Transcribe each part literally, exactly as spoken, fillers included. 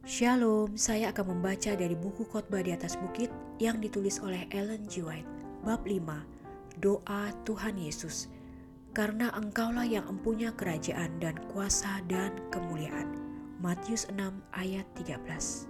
Shalom, saya akan membaca dari buku Khotbah di atas Bukit yang ditulis oleh Ellen G. White, bab lima, Doa Tuhan Yesus. Karena engkaulah yang empunya kerajaan dan kuasa dan kemuliaan. Matius enam ayat tiga belas.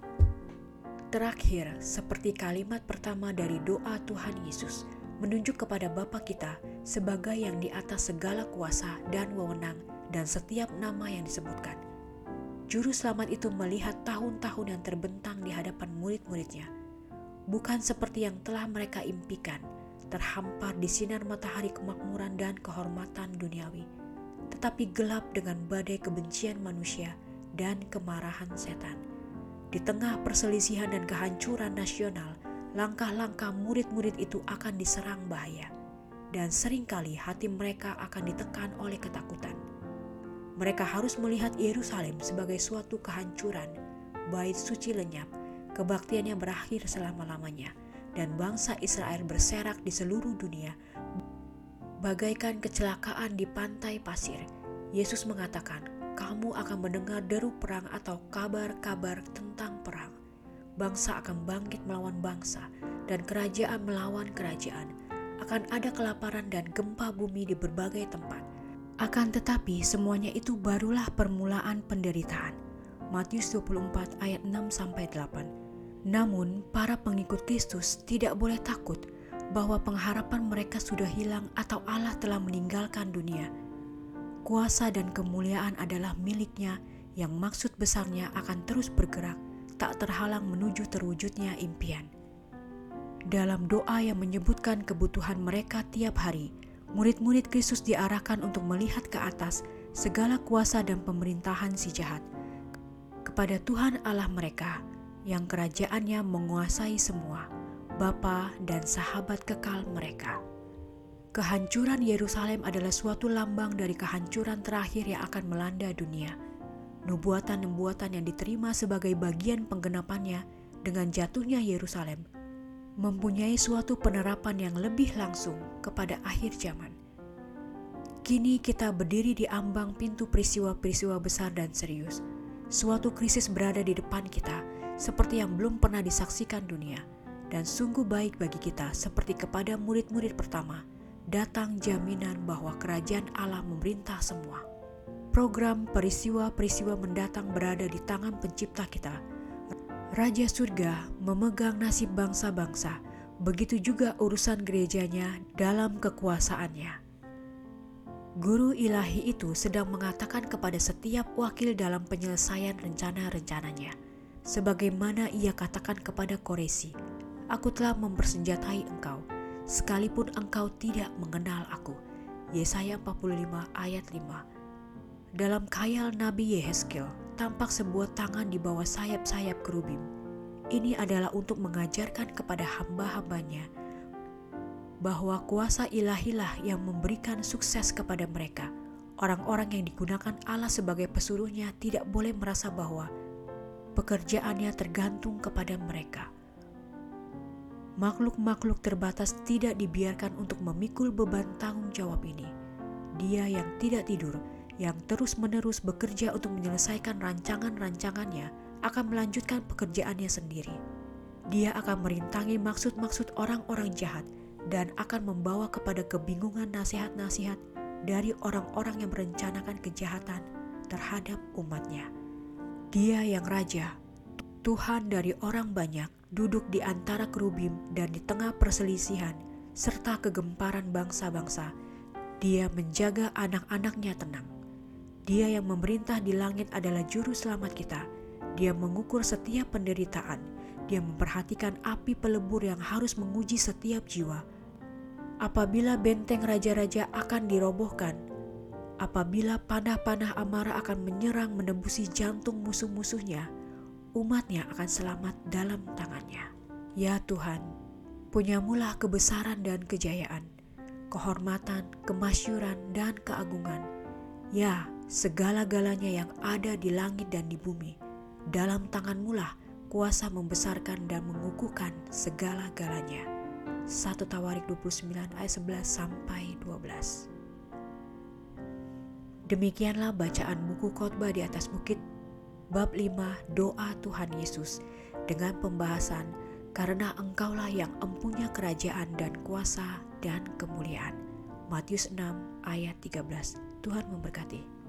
Terakhir, seperti kalimat pertama dari doa Tuhan Yesus, menunjuk kepada Bapa kita sebagai yang di atas segala kuasa dan wewenang dan setiap nama yang disebutkan. Juru selamat itu melihat tahun-tahun yang terbentang di hadapan murid-muridnya. Bukan seperti yang telah mereka impikan, terhampar di sinar matahari kemakmuran dan kehormatan duniawi, tetapi gelap dengan badai kebencian manusia dan kemarahan setan. Di tengah perselisihan dan kehancuran nasional, langkah-langkah murid-murid itu akan diserang bahaya, dan seringkali hati mereka akan ditekan oleh ketakutan. Mereka harus melihat Yerusalem sebagai suatu kehancuran, bait suci lenyap, kebaktiannya berakhir selama-lamanya, dan bangsa Israel berserak di seluruh dunia bagaikan kecelakaan di pantai pasir. Yesus mengatakan, kamu akan mendengar deru perang atau kabar-kabar tentang perang. Bangsa akan bangkit melawan bangsa, dan kerajaan melawan kerajaan. Akan ada kelaparan dan gempa bumi di berbagai tempat. Akan tetapi semuanya itu barulah permulaan penderitaan. Matius dua puluh empat ayat enam sampai delapan. Namun para pengikut Kristus tidak boleh takut bahwa pengharapan mereka sudah hilang atau Allah telah meninggalkan dunia. Kuasa dan kemuliaan adalah miliknya yang maksud besarnya akan terus bergerak, tak terhalang menuju terwujudnya impian. Dalam doa yang menyebutkan kebutuhan mereka tiap hari, murid-murid Kristus diarahkan untuk melihat ke atas segala kuasa dan pemerintahan si jahat, kepada Tuhan Allah mereka yang kerajaannya menguasai semua, Bapa dan sahabat kekal mereka. Kehancuran Yerusalem adalah suatu lambang dari kehancuran terakhir yang akan melanda dunia. Nubuatan-nubuatan yang diterima sebagai bagian penggenapannya dengan jatuhnya Yerusalem mempunyai suatu penerapan yang lebih langsung kepada akhir zaman. Kini kita berdiri di ambang pintu peristiwa-peristiwa besar dan serius. Suatu krisis berada di depan kita, seperti yang belum pernah disaksikan dunia, dan sungguh baik bagi kita, seperti kepada murid-murid pertama, datang jaminan bahwa kerajaan Allah memerintah semua. Program peristiwa-peristiwa mendatang berada di tangan pencipta kita. Raja surga memegang nasib bangsa-bangsa, begitu juga urusan gerejanya dalam kekuasaannya. Guru ilahi itu sedang mengatakan kepada setiap wakil dalam penyelesaian rencana-rencananya, sebagaimana ia katakan kepada Koresi, aku telah mempersenjatai engkau, sekalipun engkau tidak mengenal aku. Yesaya empat puluh lima ayat lima. Dalam khayal Nabi Yehezkiel, tampak sebuah tangan di bawah sayap-sayap kerubim. Ini adalah untuk mengajarkan kepada hamba-hambanya bahwa kuasa ilahilah yang memberikan sukses kepada mereka. Orang-orang yang digunakan Allah sebagai pesuruhnya tidak boleh merasa bahwa pekerjaannya tergantung kepada mereka. Makhluk-makhluk terbatas tidak dibiarkan untuk memikul beban tanggung jawab ini. Dia yang tidak tidur, yang terus-menerus bekerja untuk menyelesaikan rancangan-rancangannya, akan melanjutkan pekerjaannya sendiri. Dia akan merintangi maksud-maksud orang-orang jahat dan akan membawa kepada kebingungan nasihat-nasihat dari orang-orang yang merencanakan kejahatan terhadap umatnya. Dia yang raja, Tuhan dari orang banyak, duduk di antara kerubim dan di tengah perselisihan serta kegemparan bangsa-bangsa. Dia menjaga anak-anaknya tenang. Dia yang memerintah di langit adalah juru selamat kita. Dia mengukur setiap penderitaan. Dia memperhatikan api pelebur yang harus menguji setiap jiwa. Apabila benteng raja-raja akan dirobohkan, apabila panah-panah amarah akan menyerang menembusi jantung musuh-musuhnya, umatnya akan selamat dalam tangannya. Ya Tuhan, punyamulah kebesaran dan kejayaan, kehormatan, kemasyuran, dan keagungan. Ya, segala-galanya yang ada di langit dan di bumi, dalam tangan-Mulah kuasa membesarkan dan mengukuhkan segala-galanya. satu Tawarik dua puluh sembilan ayat sebelas sampai dua belas. Demikianlah bacaan buku Khotbah di atas Bukit bab lima doa Tuhan Yesus dengan pembahasan karena Engkaulah yang empunya kerajaan dan kuasa dan kemuliaan. Matius enam ayat tiga belas. Tuhan memberkati.